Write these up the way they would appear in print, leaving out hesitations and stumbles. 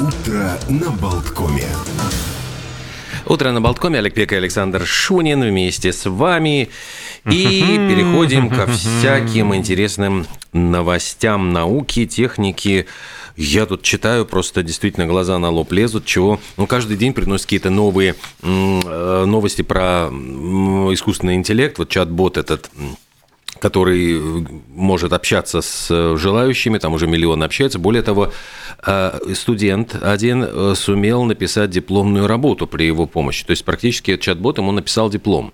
Утро на Болткоме. Утро на Болткоме. Олег Пек и Александр Шунин вместе с вами. И переходим ко всяким интересным новостям науки, техники. Я тут читаю, просто действительно глаза на лоб лезут, чего каждый день приносят какие-то новые новости про искусственный интеллект. Вот чат-бот этот, который может общаться с желающими, там уже миллионы общаются. Более того, студент один сумел написать дипломную работу при его помощи. То есть практически чат-бот ему написал диплом.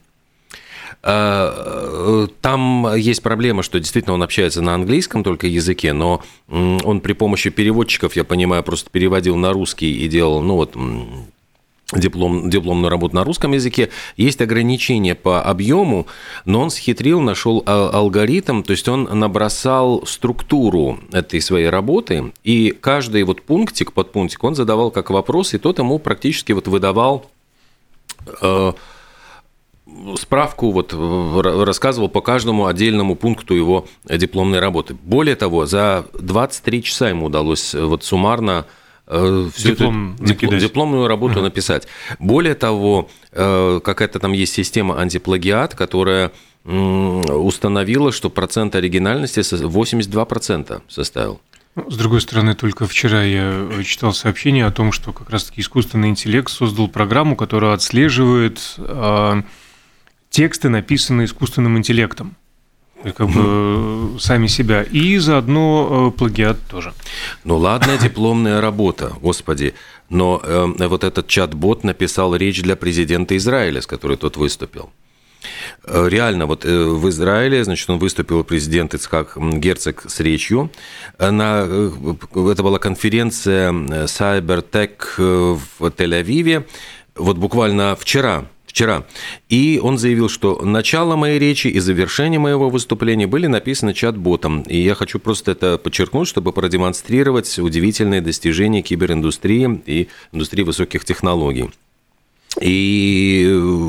Там есть проблема, что действительно он общается на английском только языке, но он при помощи переводчиков, я понимаю, просто переводил на русский и делал, дипломную работу на русском языке. Есть ограничения по объему, но он схитрил, нашел алгоритм, то есть он набросал структуру этой своей работы, и каждый пунктик, подпунктик он задавал как вопрос, и тот ему практически выдавал справку, рассказывал по каждому отдельному пункту его дипломной работы. Более того, за 23 часа ему удалось суммарно всю дипломную работу написать. Более того, какая-то там есть система антиплагиат, которая установила, что процент оригинальности 82% составил. С другой стороны, только вчера я читал сообщение о том, что как раз-таки искусственный интеллект создал программу, которая отслеживает тексты, написанные искусственным интеллектом, сами себя, и заодно плагиат тоже. Ну ладно, дипломная работа, господи, но этот чат-бот написал речь для президента Израиля, с которой тот выступил. Реально, в Израиле, он выступил, президент Ицхак Герцог, с речью. Это была конференция CyberTech в Тель-Авиве, буквально вчера. И он заявил, что начало моей речи и завершение моего выступления были написаны чат-ботом. И я хочу просто это подчеркнуть, чтобы продемонстрировать удивительные достижения кибериндустрии и индустрии высоких технологий. И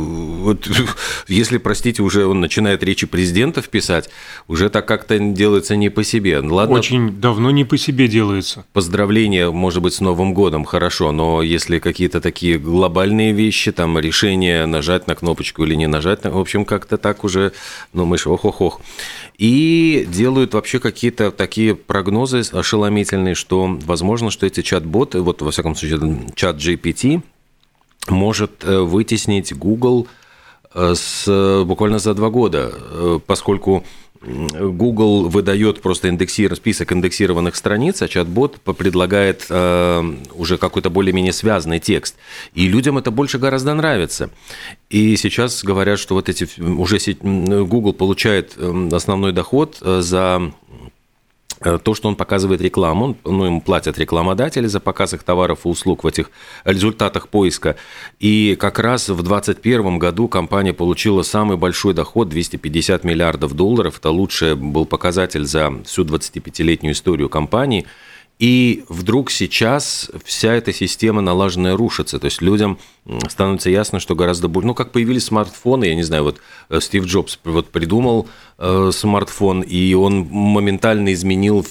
если, простите, уже он начинает речи президентов писать, уже так как-то делается не по себе. Ладно, очень давно не по себе делается. Поздравления, может быть, с Новым годом, хорошо, но если какие-то такие глобальные вещи, там решение нажать на кнопочку или не нажать, в общем, как-то так уже, мышь, ох-ох-ох. И делают вообще какие-то такие прогнозы ошеломительные, что возможно, что эти чат-боты, во всяком случае, чат GPT, может вытеснить Google буквально за 2 года, поскольку Google выдает просто список индексированных страниц, а чат-бот предлагает уже какой-то более-менее связанный текст. И людям это больше гораздо нравится. И сейчас говорят, что уже Google получает основной доход за то, что он показывает рекламу, ему платят рекламодатели за показ их товаров и услуг в этих результатах поиска. И как раз в 2021 году компания получила самый большой доход – $250 миллиардов. Это лучший был показатель за всю 25-летнюю историю компании. И вдруг сейчас вся эта система налаженная рушится. То есть людям становится ясно, что гораздо больше... как появились смартфоны, я не знаю, Стив Джобс придумал смартфон, и он моментально изменил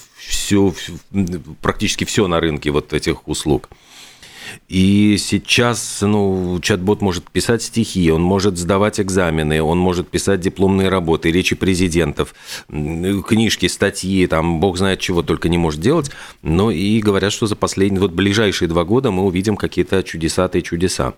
практически все на рынке этих услуг. И сейчас чат-бот может писать стихи, он может сдавать экзамены, он может писать дипломные работы, речи президентов, книжки, статьи, бог знает чего только не может делать. Но и говорят, что за ближайшие 2 года мы увидим какие-то чудесатые чудеса.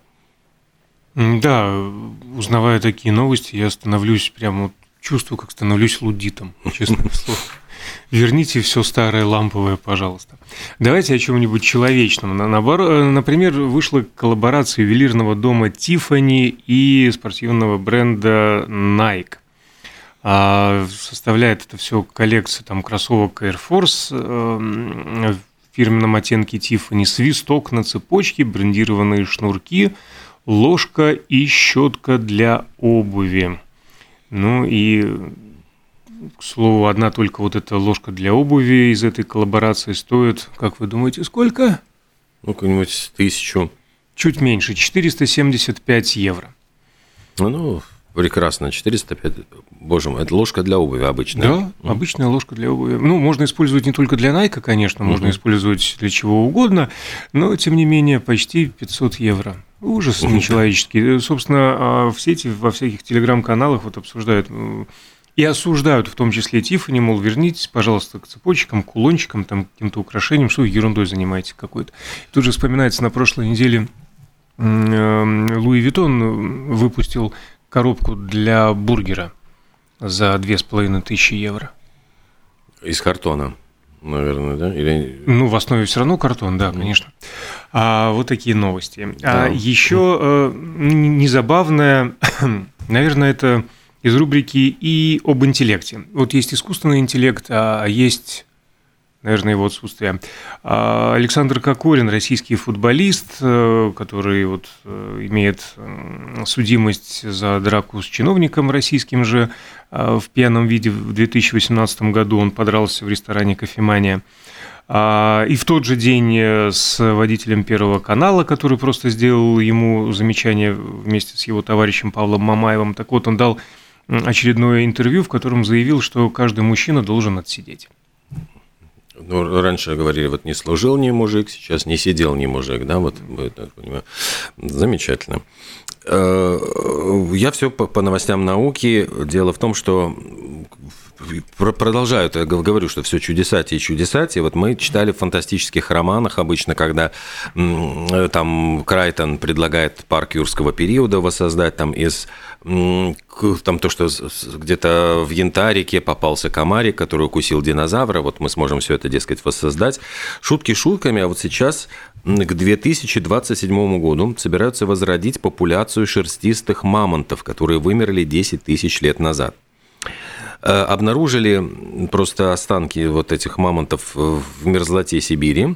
Да, узнавая такие новости, я чувствую, как становлюсь луддитом, честное слово. Верните все старое ламповое, пожалуйста. Давайте о чем-нибудь человечном. Например, вышла коллаборация ювелирного дома Tiffany и спортивного бренда Nike. Составляет это все коллекция кроссовок Air Force в фирменном оттенке Tiffany, свисток на цепочке, брендированные шнурки, ложка и щетка для обуви. И... К слову, одна только эта ложка для обуви из этой коллаборации стоит, как вы думаете, сколько? Какую-нибудь 1000. Чуть меньше, 475 евро. Прекрасно, 405. Боже мой, это ложка для обуви обычная. Да, обычная ложка для обуви. Ну, можно использовать не только для Nike, конечно, можно использовать для чего угодно, но, тем не менее, почти 500 евро. Ужас нечеловеческий. Собственно, в сети, во всяких телеграм-каналах вот обсуждают и осуждают, в том числе Тиффани, мол, вернитесь, пожалуйста, к цепочкам, кулончикам, там, каким-то украшениям, что вы ерундой занимаетесь какой-то. Тут же вспоминается, на прошлой неделе Луи Виттон выпустил коробку для бургера за 2500 евро. Из картона, наверное, да? Или... Ну, в основе все равно картон, да, конечно. Вот такие новости. Да. Еще незабавное, наверное, это из рубрики «И об интеллекте». Вот есть искусственный интеллект, а есть... наверное, его отсутствие. Александр Кокорин, российский футболист, который вот имеет судимость за драку с чиновником российским же в пьяном виде в 2018 году. Он подрался в ресторане «Кофемания». И в тот же день с водителем Первого канала, который просто сделал ему замечание вместе с его товарищем Павлом Мамаевым. Так вот, он дал очередное интервью, в котором заявил, что каждый мужчина должен отсидеть. Ну, раньше говорили, вот не служил ни мужик, сейчас не сидел ни мужик, да, вот, я так понимаю. Замечательно. Я все по новостям науки. Дело в том, что продолжают, я говорю, что все чудесатие и чудесатие. Вот мы читали в фантастических романах обычно, когда там Крайтон предлагает парк юрского периода воссоздать там из... Там то, что где-то в Янтарике попался комарик, который укусил динозавра, вот мы сможем все это, дескать, воссоздать. Шутки шутками, а вот сейчас к 2027 году собираются возродить популяцию шерстистых мамонтов, которые вымерли 10 тысяч лет назад. Обнаружили просто останки вот этих мамонтов в мерзлоте Сибири.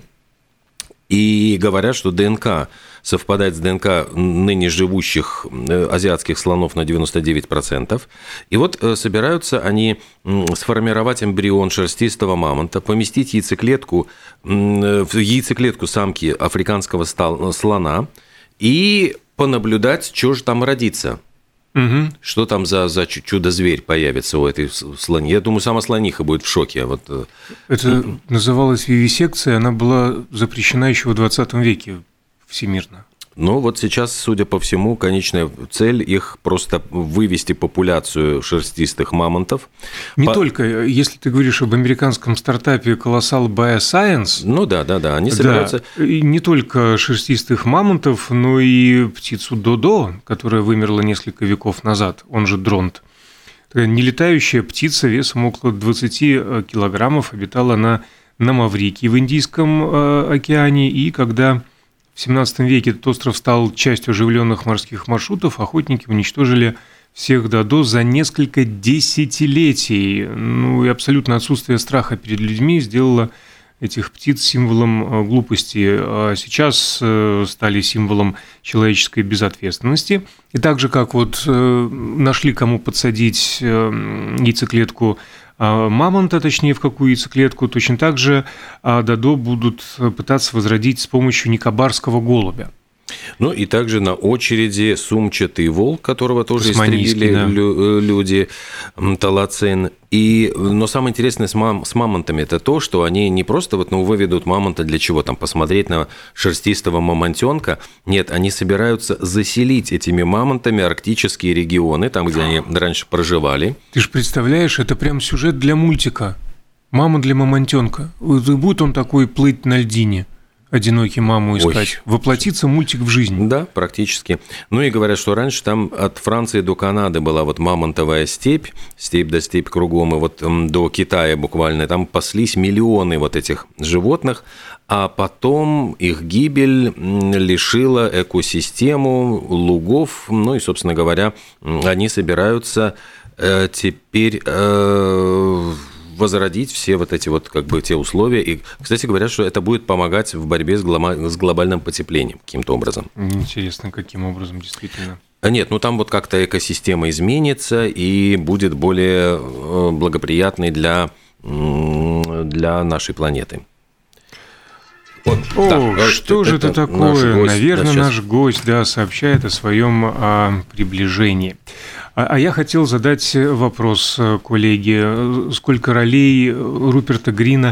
И говорят, что ДНК совпадает с ДНК ныне живущих азиатских слонов на 99%. И вот собираются они сформировать эмбрион шерстистого мамонта, поместить в яйцеклетку самки африканского слона и понаблюдать, что же там родится. Угу. Что там за чудо-зверь появится у этой слони? Я думаю, сама слониха будет в шоке. Вот. Это называлось вивисекция, она была запрещена еще в 20 веке всемирно. Ну, вот сейчас, судя по всему, конечная цель их просто вывести популяцию шерстистых мамонтов. Не только, если ты говоришь об американском стартапе Colossal Bioscience. Ну да, они собираются. Да, не только шерстистых мамонтов, но и птицу Додо, которая вымерла несколько веков назад, он же дронт. Такая нелетающая птица весом около 20 килограммов, обитала она на Маврикии в Индийском океане, и когда в 17 веке этот остров стал частью оживленных морских маршрутов, охотники уничтожили всех додо за несколько десятилетий. Ну и абсолютное отсутствие страха перед людьми сделало этих птиц символом глупости, а сейчас стали символом человеческой безответственности. И так же, как вот нашли кому подсадить яйцеклетку мамонта, точнее, в какую яйцеклетку, точно так же додо будут пытаться возродить с помощью никобарского голубя. Ну и также на очереди сумчатый волк, которого тоже истребили люди, талацин. Но самое интересное с мамонтами – это то, что они не просто выведут мамонта для чего? Там посмотреть на шерстистого мамонтенка. Нет, они собираются заселить этими мамонтами арктические регионы, там, где они раньше проживали. Ты же представляешь, это прям сюжет для мультика. Мама для мамонтенка. Будет он такой плыть на льдине, одинокий маму искать. Воплотится мультик в жизнь. Да, практически. Ну и говорят, что раньше там от Франции до Канады была мамонтовая степь да степь кругом, и до Китая буквально там паслись миллионы этих животных, а потом их гибель лишила экосистему лугов, ну и, собственно говоря, они собираются теперь возродить все эти те условия. И, кстати, говорят, что это будет помогать в борьбе с глобальным потеплением каким-то образом. Интересно, каким образом, действительно. Нет, там как-то экосистема изменится и будет более благоприятной для нашей планеты. Вот, что же это такое? Наверное, наш гость сообщает о своем приближении. А я хотел задать вопрос коллеге. Сколько ролей Руперта Грина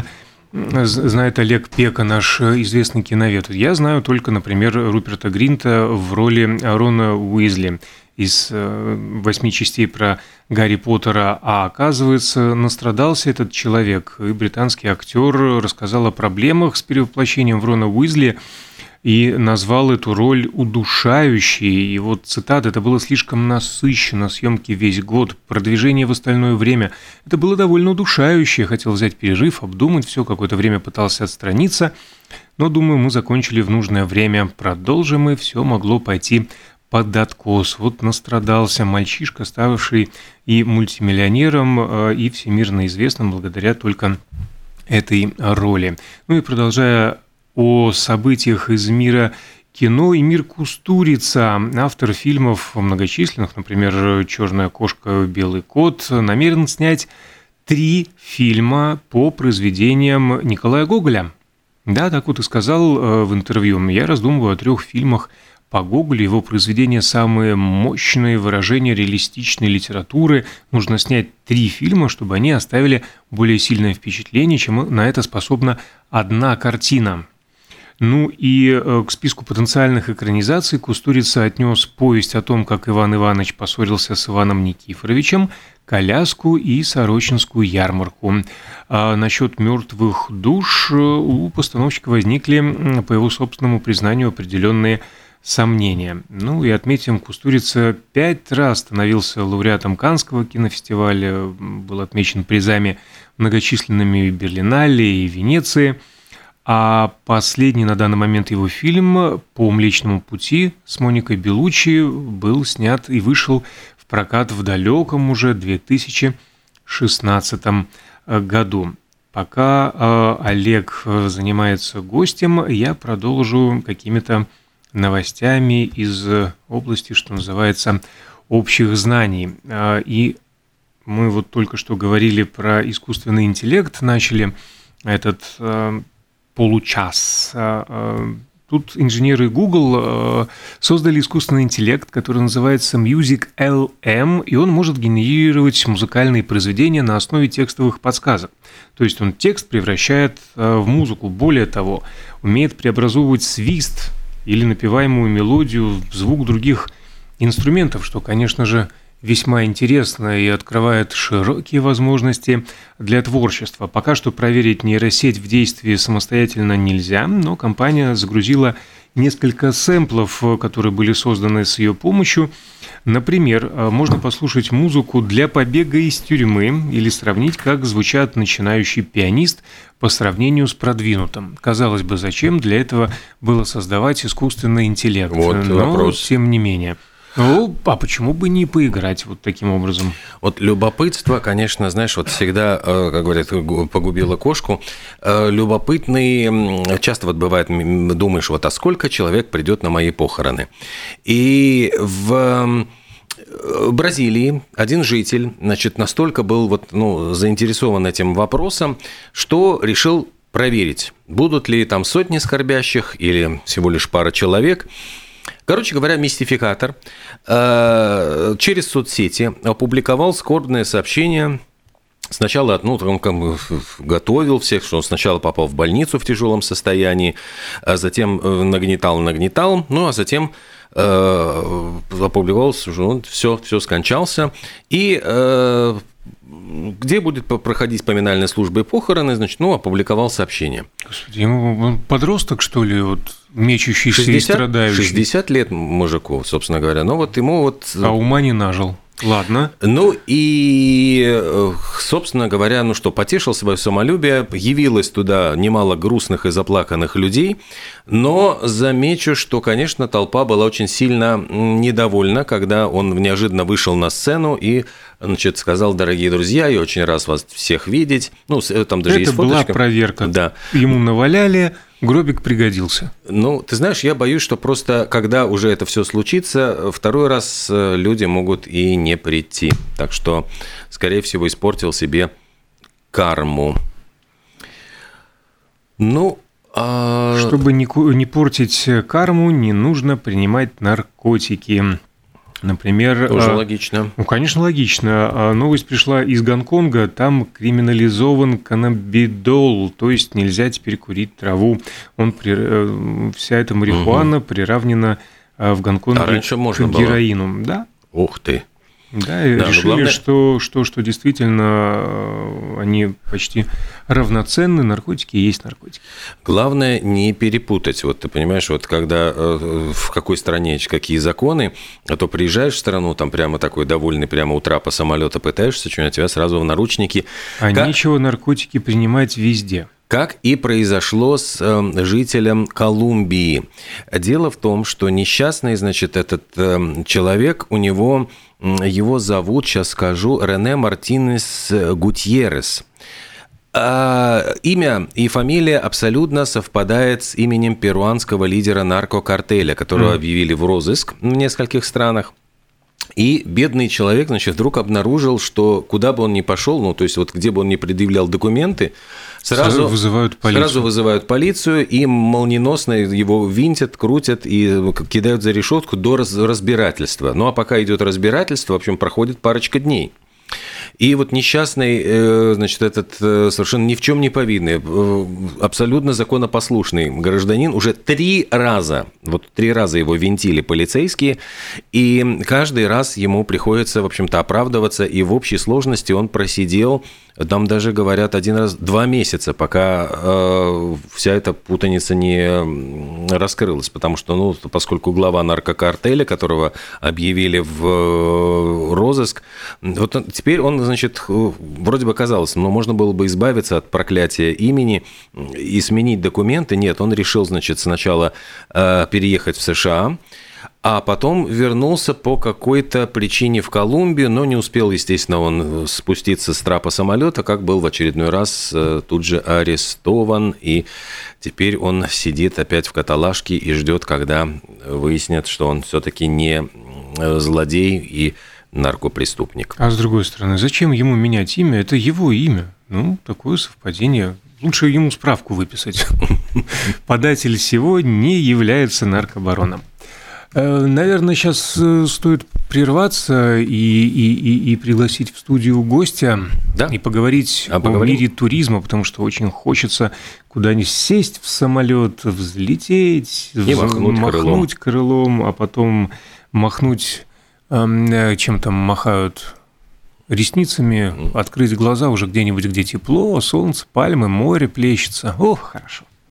знает Олег Пека, наш известный киновед? Я знаю только, например, Руперта Гринта в роли Рона Уизли из 8 частей про Гарри Поттера, а оказывается, настрадался этот человек. И британский актер рассказал о проблемах с перевоплощением в Рона Уизли и назвал эту роль удушающей. И вот цитата: «Это было слишком насыщенно, съемки весь год, продвижение в остальное время. Это было довольно удушающе. Я хотел взять перерыв, обдумать все, какое-то время пытался отстраниться, но, думаю, мы закончили в нужное время. Продолжим, и все могло пойти под откос». Вот настрадался мальчишка, ставший и мультимиллионером, и всемирно известным благодаря только этой роли. Ну и продолжая о событиях из мира кино, Эмир Кустурица, автор фильмов многочисленных, например, «Черная кошка», «Белый кот», намерен снять 3 фильма по произведениям Николая Гоголя. Да, так вот и сказал в интервью. «Я раздумываю о 3 фильмах по Гоголю, его произведения самые мощные выражения реалистичной литературы. Нужно снять 3 фильма, чтобы они оставили более сильное впечатление, чем на это способна одна картина». Ну и к списку потенциальных экранизаций Кустурица отнес повесть о том, как Иван Иванович поссорился с Иваном Никифоровичем, «Коляску» и «Сорочинскую ярмарку». А насчет «Мертвых душ» у постановщика возникли, по его собственному признанию, определенные сомнения. Ну и отметим, Кустурица 5 раз становился лауреатом Каннского кинофестиваля, был отмечен призами многочисленными Берлинале и Венеции. А последний на данный момент его фильм «По Млечному пути» с Моникой Беллуччи был снят и вышел в прокат в далеком уже 2016 году. Пока Олег занимается гостем, я продолжу какими-то новостями из области, что называется, общих знаний. И мы вот только что говорили про искусственный интеллект, начали этот получас. Тут инженеры Google создали искусственный интеллект, который называется Musical.ly, и он может генерировать музыкальные произведения на основе текстовых подсказок. То есть он текст превращает в музыку. Более того, умеет преобразовывать свист или напеваемую мелодию в звук других инструментов, что, конечно же, весьма интересно и открывает широкие возможности для творчества. Пока что проверить нейросеть в действии самостоятельно нельзя, но компания загрузила несколько сэмплов, которые были созданы с ее помощью. Например, можно послушать музыку для побега из тюрьмы или сравнить, как звучат начинающий пианист по сравнению с продвинутым. Казалось бы, зачем для этого было создавать искусственный интеллект? Вот но вопрос. Тем не менее. Ну, а почему бы не поиграть вот таким образом? Вот любопытство, конечно, знаешь, вот всегда, как говорят, погубило кошку. Любопытный, часто вот бывает, думаешь, вот а сколько человек придет на мои похороны? И в Бразилии один житель, значит, настолько был вот, заинтересован этим вопросом, что решил проверить, будут ли там сотни скорбящих или всего лишь пара человек. Короче говоря, мистификатор через соцсети опубликовал скорбное сообщение. Сначала он как бы готовил всех, что он сначала попал в больницу в тяжелом состоянии, а затем нагнетал, а затем опубликовал, что он все скончался. И где будет проходить поминальные службы и похороны, значит, опубликовал сообщение. Господи, ему подросток, что ли, вот мечущийся 60, и страдающий? 60 лет мужику, собственно говоря. Но вот ему вот... А ума не нажил. Ладно. Ну и, собственно говоря, потешил свое самолюбие, явилось туда немало грустных и заплаканных людей, но замечу, что, конечно, толпа была очень сильно недовольна, когда он неожиданно вышел на сцену и, значит, сказал: дорогие друзья, я очень рад вас всех видеть. Там даже есть фоточка. Это была проверка. Да. Ему наваляли, гробик пригодился. Ты знаешь, я боюсь, что просто, когда уже это все случится, второй раз люди могут и не прийти. Так что, скорее всего, испортил себе карму. Чтобы не портить карму, не нужно принимать наркотики. Например... Тоже логично. Ну, конечно, логично. Новость пришла из Гонконга. Там криминализован каннабидол, то есть нельзя теперь курить траву. Вся эта марихуана приравнена в Гонконге к героину. Было. Да. Ух ты. Да, и решили, что действительно они почти равноценны, наркотики и есть наркотики. Главное не перепутать. Вот ты понимаешь, вот когда в какой стране какие законы, а то приезжаешь в страну, там прямо такой довольный, прямо у трапа самолета пытаешься, что-нибудь, тебя сразу в наручники. Нечего наркотики принимать везде. Как и произошло с жителем Колумбии. Дело в том, что несчастный, значит, этот человек, его зовут, сейчас скажу, Рене Мартинес Гутьеррес. Имя и фамилия абсолютно совпадает с именем перуанского лидера наркокартеля, которого объявили в розыск в нескольких странах. И бедный человек, значит, вдруг обнаружил, что куда бы он ни пошел, ну, то есть вот где бы он ни предъявлял документы, сразу вызывают полицию, и молниеносно его винтят, крутят и кидают за решетку до разбирательства. Ну, а пока идет разбирательство, в общем, проходит парочка дней. И вот несчастный, значит, этот совершенно ни в чем не повинный, абсолютно законопослушный гражданин уже 3 раза его винтили полицейские, и каждый раз ему приходится, в общем-то, оправдываться, и в общей сложности он просидел, там даже говорят, 2 месяца, пока вся эта путаница не раскрылась, потому что, поскольку глава наркокартеля, которого объявили в розыск, вот теперь он, значит, вроде бы казалось, можно было бы избавиться от проклятия имени и сменить документы. Нет, он решил, значит, сначала переехать в США, а потом вернулся по какой-то причине в Колумбию, но не успел, естественно, он спуститься с трапа самолета, как был в очередной раз тут же арестован, и теперь он сидит опять в каталажке и ждет, когда выяснят, что он все-таки не злодей и наркопреступник. А с другой стороны, зачем ему менять имя? Это его имя. Такое совпадение. Лучше ему справку выписать. Податель всего не является наркобароном. Наверное, сейчас стоит прерваться и пригласить в студию гостя, да, и поговорить о мире туризма, потому что очень хочется куда-нибудь сесть в самолет, взлететь, и махнуть крылом, а потом махнуть, чем там махают, ресницами, открыть глаза уже где-нибудь, где тепло, солнце, пальмы, море плещется. Ох, хорошо.